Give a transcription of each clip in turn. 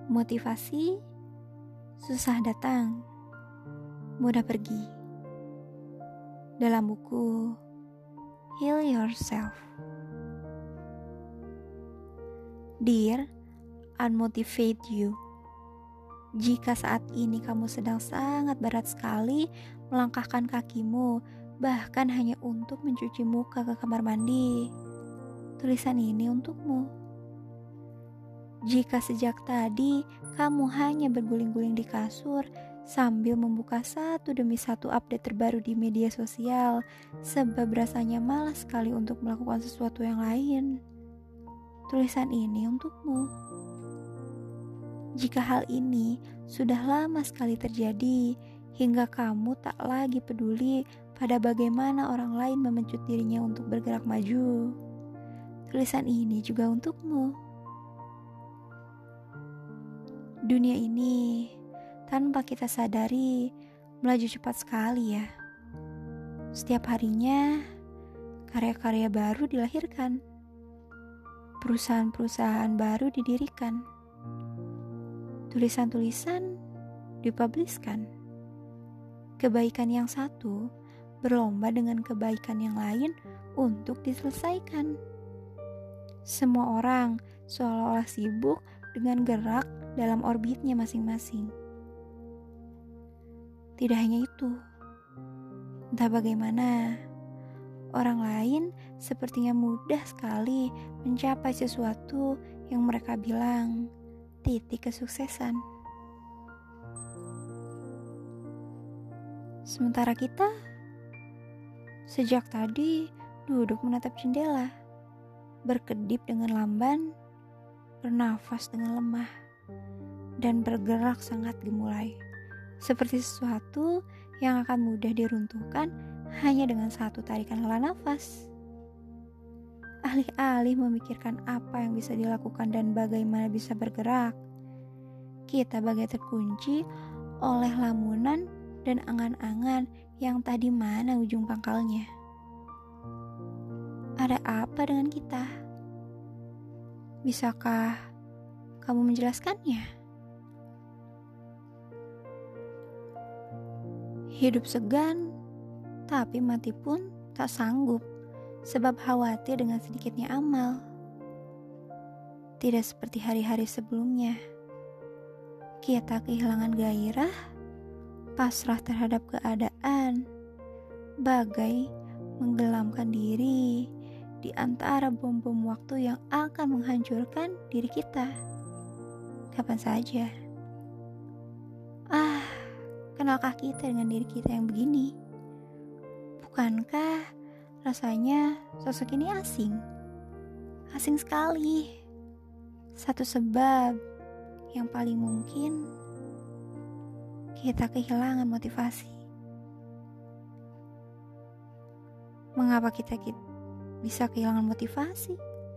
Motivasi susah datang, mudah pergi. Dalam buku Heal Yourself. Dear, unmotivate you. Jika saat ini kamu sedang sangat berat sekali melangkahkan kakimu, bahkan hanya untuk mencuci muka ke kamar mandi, tulisan ini untukmu. Jika sejak tadi kamu hanya berguling-guling di kasur sambil membuka satu demi satu update terbaru di media sosial sebab rasanya malas sekali untuk melakukan sesuatu yang lain, tulisan ini untukmu. Jika hal ini sudah lama sekali terjadi hingga kamu tak lagi peduli pada bagaimana orang lain memecut dirinya untuk bergerak maju, tulisan ini juga untukmu. Dunia ini, tanpa kita sadari, melaju cepat sekali ya. Setiap harinya, karya-karya baru dilahirkan. Perusahaan-perusahaan baru didirikan. Tulisan-tulisan dipubliskan. Kebaikan yang satu berlomba dengan kebaikan yang lain untuk diselesaikan. Semua orang seolah-olah sibuk dengan gerak dalam orbitnya masing-masing. Tidak hanya itu, entah bagaimana, orang lain sepertinya mudah sekali mencapai sesuatu yang mereka bilang titik kesuksesan. Sementara kita, sejak tadi duduk menatap jendela, berkedip dengan lamban, bernafas dengan lemah, dan bergerak sangat gemulai, seperti sesuatu yang akan mudah diruntuhkan hanya dengan satu tarikan hela nafas. Alih-alih memikirkan apa yang bisa dilakukan dan bagaimana bisa bergerak, kita bagai terkunci oleh lamunan dan angan-angan yang tadi mana ujung pangkalnya. Ada apa dengan kita? Bisakah kamu menjelaskannya? Hidup segan, tapi mati pun tak sanggup, sebab khawatir dengan sedikitnya amal. Tidak seperti hari-hari sebelumnya. Kita kehilangan gairah, pasrah terhadap keadaan, bagai menggelamkan diri di antara bom-bom waktu yang akan menghancurkan diri kita. Kapan saja. Kenalkah kita dengan diri kita yang begini? Bukankah rasanya sosok ini asing? Asing sekali. Satu sebab yang paling mungkin kita kehilangan motivasi. Mengapa kita bisa kehilangan motivasi?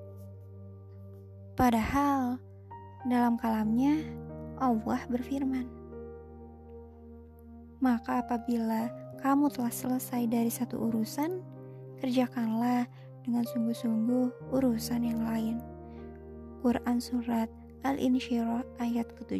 Padahal dalam kalamnya Allah berfirman, maka apabila kamu telah selesai dari satu urusan, kerjakanlah dengan sungguh-sungguh urusan yang lain. Quran Surat Al-Insyirah ayat ke-7.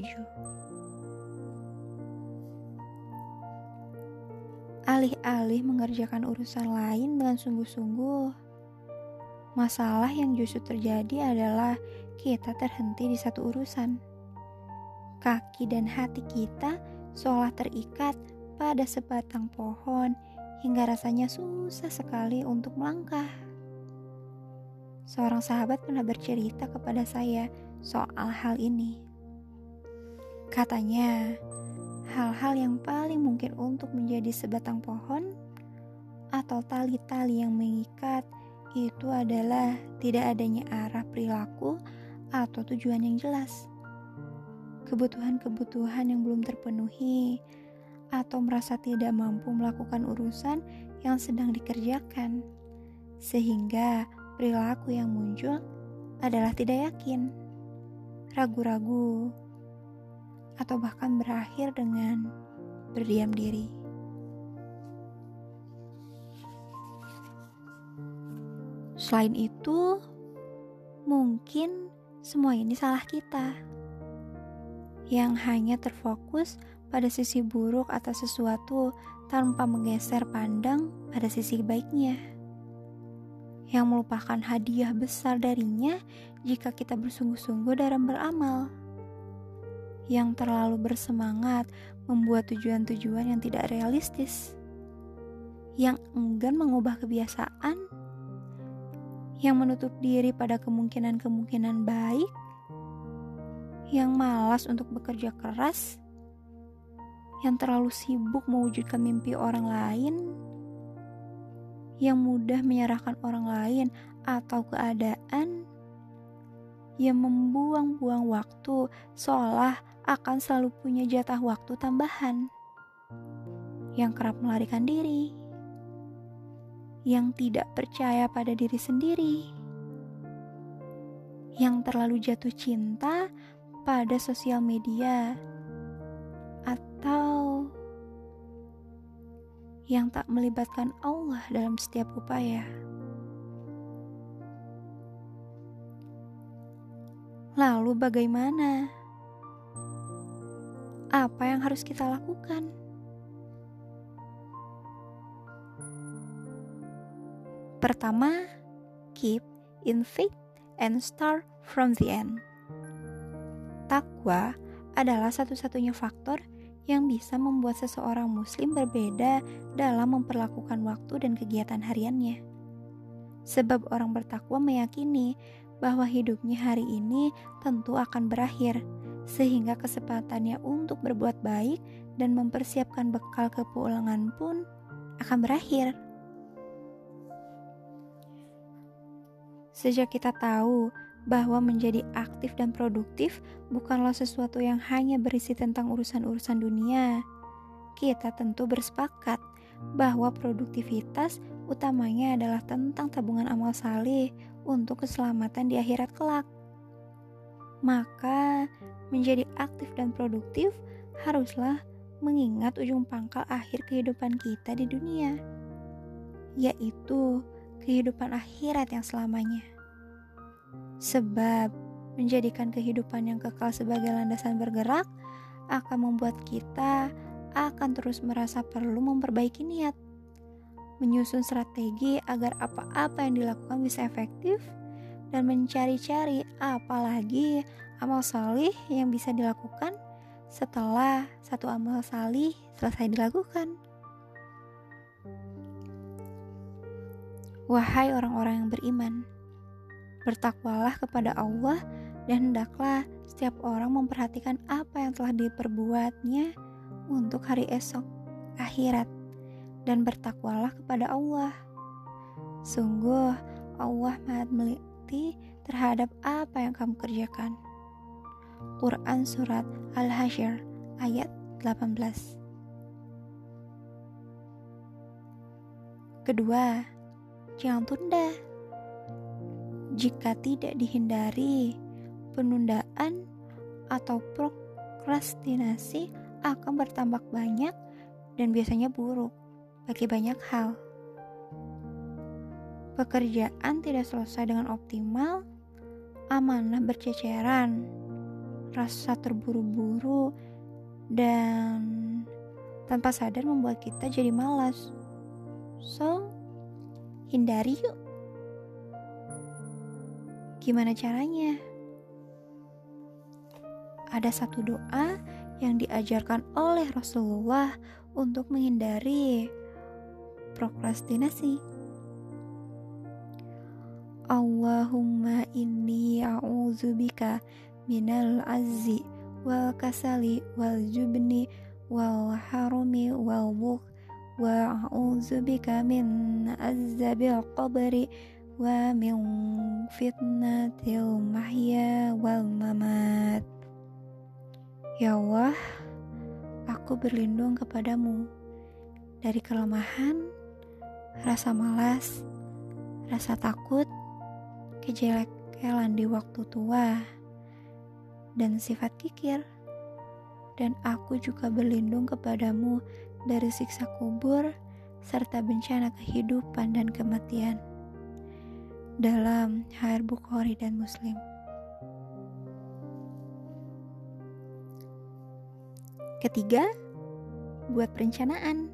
Alih-alih mengerjakan urusan lain dengan sungguh-sungguh, masalah yang justru terjadi adalah kita terhenti di satu urusan. Kaki dan hati kita seolah terikat pada sebatang pohon hingga rasanya susah sekali untuk melangkah. Seorang sahabat pernah bercerita kepada saya soal hal ini. Katanya, hal-hal yang paling mungkin untuk menjadi sebatang pohon atau tali-tali yang mengikat itu adalah tidak adanya arah perilaku atau tujuan yang jelas. Kebutuhan-kebutuhan yang belum terpenuhi atau merasa tidak mampu melakukan urusan yang sedang dikerjakan, sehingga perilaku yang muncul adalah tidak yakin, ragu-ragu, atau bahkan berakhir dengan berdiam diri. Selain itu, mungkin semua ini salah kita. yang hanya terfokus pada sisi buruk atas sesuatu tanpa menggeser pandang pada sisi baiknya, yang melupakan hadiah besar darinya jika kita bersungguh-sungguh dalam beramal, yang terlalu bersemangat membuat tujuan-tujuan yang tidak realistis, yang enggan mengubah kebiasaan, yang menutup diri pada kemungkinan-kemungkinan baik, yang malas untuk bekerja keras, yang terlalu sibuk mewujudkan mimpi orang lain, yang mudah menyerahkan orang lain atau keadaan, yang membuang-buang waktu seolah akan selalu punya jatah waktu tambahan, yang kerap melarikan diri, yang tidak percaya pada diri sendiri, yang terlalu jatuh cinta pada sosial media, atau yang tak melibatkan Allah dalam setiap upaya. Lalu bagaimana? Apa yang harus kita lakukan? Pertama, keep in faith and start from the end. Takwa adalah satu-satunya faktor yang bisa membuat seseorang muslim berbeda dalam memperlakukan waktu dan kegiatan hariannya. Sebab orang bertakwa meyakini bahwa hidupnya hari ini tentu akan berakhir, sehingga kesempatannya untuk berbuat baik dan mempersiapkan bekal kepulangan pun akan berakhir. Sejak kita tahu bahwa menjadi aktif dan produktif bukanlah sesuatu yang hanya berisi tentang urusan-urusan dunia, kita tentu bersepakat bahwa produktivitas utamanya adalah tentang tabungan amal saleh untuk keselamatan di akhirat kelak. Maka, menjadi aktif dan produktif haruslah mengingat ujung pangkal akhir kehidupan kita di dunia, yaitu kehidupan akhirat yang selamanya. Sebab menjadikan kehidupan yang kekal sebagai landasan bergerak akan membuat kita akan terus merasa perlu memperbaiki niat, menyusun strategi agar apa-apa yang dilakukan bisa efektif, dan mencari-cari apalagi amal salih yang bisa dilakukan setelah satu amal salih selesai dilakukan. Wahai orang-orang yang beriman, bertakwalah kepada Allah dan hendaklah setiap orang memperhatikan apa yang telah diperbuatnya untuk hari esok, akhirat, dan bertakwalah kepada Allah. Sungguh Allah Maha Teliti terhadap apa yang kamu kerjakan. Quran Surat Al-Hasyr ayat 18. Kedua, jangan tunda. Jika tidak dihindari, penundaan atau prokrastinasi akan bertambah banyak dan biasanya buruk bagi banyak hal. Pekerjaan tidak selesai dengan optimal, amanah berceceran, rasa terburu-buru, dan tanpa sadar membuat kita jadi malas. So, hindari yuk. Gimana caranya? Ada satu doa yang diajarkan oleh Rasulullah untuk menghindari prokrastinasi. Allahumma inni a'udzubika minal azzi wal kasali wal jubni wal harumi wal bukh wa a'udzubika min azabil qabri wa min fitnatil mahya wal mamat. Ya Allah, aku berlindung kepadamu dari kelemahan, rasa malas, rasa takut, kejelekan di waktu tua, dan sifat kikir. Dan aku juga berlindung kepadamu dari siksa kubur serta bencana kehidupan dan kematian. Dalam Sahih Bukhari dan Muslim. Ketiga, buat perencanaan.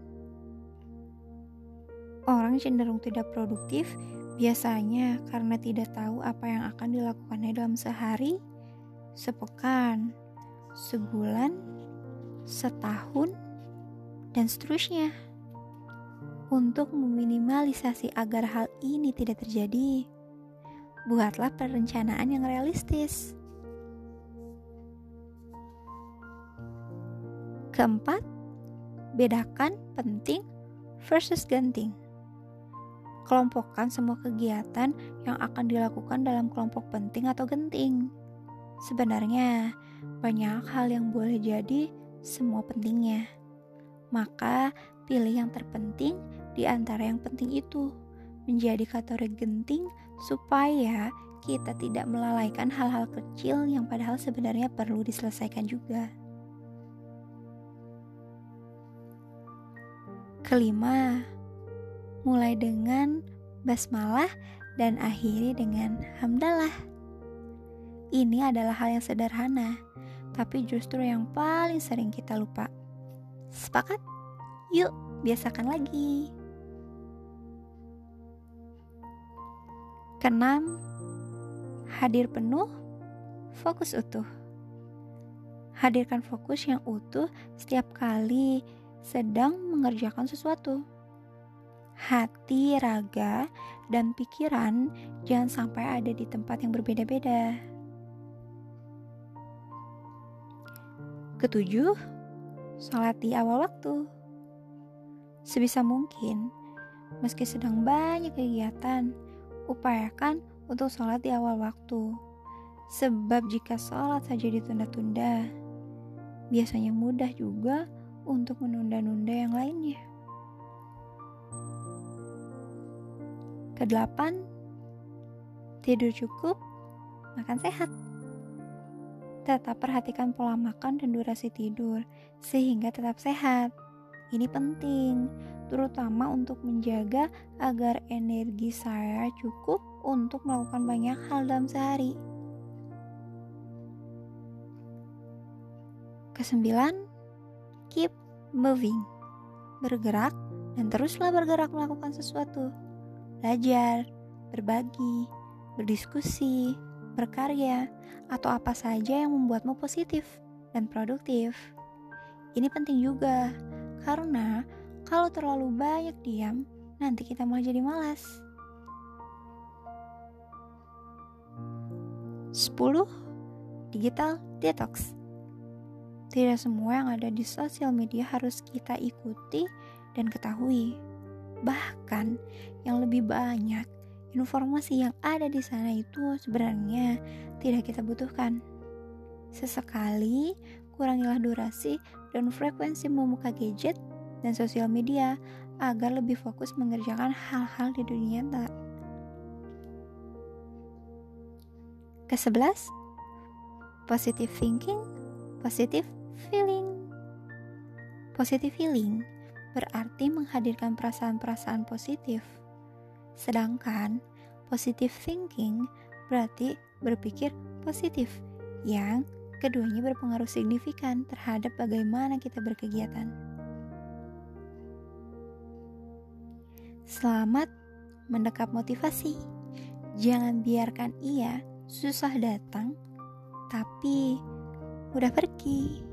Orang cenderung tidak produktif biasanya karena tidak tahu apa yang akan dilakukannya dalam sehari, sepekan, sebulan, setahun, dan seterusnya. Untuk meminimalisasi agar hal ini tidak terjadi, buatlah perencanaan yang realistis. Keempat, bedakan penting versus genting. Kelompokkan semua kegiatan yang akan dilakukan dalam kelompok penting atau genting. Sebenarnya, banyak hal yang boleh jadi semua pentingnya. Maka, pilih yang terpenting di antara yang penting itu, menjadi kategori genting supaya kita tidak melalaikan hal-hal kecil yang padahal sebenarnya perlu diselesaikan juga. Kelima, mulai dengan basmalah dan akhiri dengan hamdalah. Ini adalah hal yang sederhana, tapi justru yang paling sering kita lupa. Sepakat? Yuk, biasakan lagi. Keenam, hadir penuh, fokus utuh. Hadirkan fokus yang utuh setiap kali sedang mengerjakan sesuatu. Hati, raga, dan pikiran jangan sampai ada di tempat yang berbeda-beda. Ketujuh, sholat di awal waktu. Sebisa mungkin, meski sedang banyak kegiatan, upayakan untuk sholat di awal waktu. Sebab jika sholat saja ditunda-tunda, biasanya mudah juga untuk menunda-nunda yang lainnya. Kedelapan, tidur cukup, makan sehat. Tetap perhatikan pola makan dan durasi tidur, sehingga tetap sehat. Ini penting, terutama untuk menjaga agar energi saya cukup untuk melakukan banyak hal dalam sehari. Kesembilan, keep moving. Bergerak dan teruslah bergerak melakukan sesuatu. Belajar, berbagi, berdiskusi, berkarya, atau apa saja yang membuatmu positif dan produktif. Ini penting juga, karena kalau terlalu banyak diam, nanti kita malah jadi malas. 10. Digital detox. Tidak semua yang ada di sosial media harus kita ikuti dan ketahui. Bahkan yang lebih banyak informasi yang ada di sana itu sebenarnya tidak kita butuhkan. Sesekali kurangilah durasi dan frekuensi membuka gadget dan sosial media agar lebih fokus mengerjakan hal-hal di dunia nyata. Ke-11, positive thinking, positive feeling. Positive feeling berarti menghadirkan perasaan-perasaan positif. Sedangkan positive thinking berarti berpikir positif, yang keduanya berpengaruh signifikan terhadap bagaimana kita berkegiatan. Selamat mendekap motivasi. Jangan biarkan ia susah datang, tapi mudah pergi.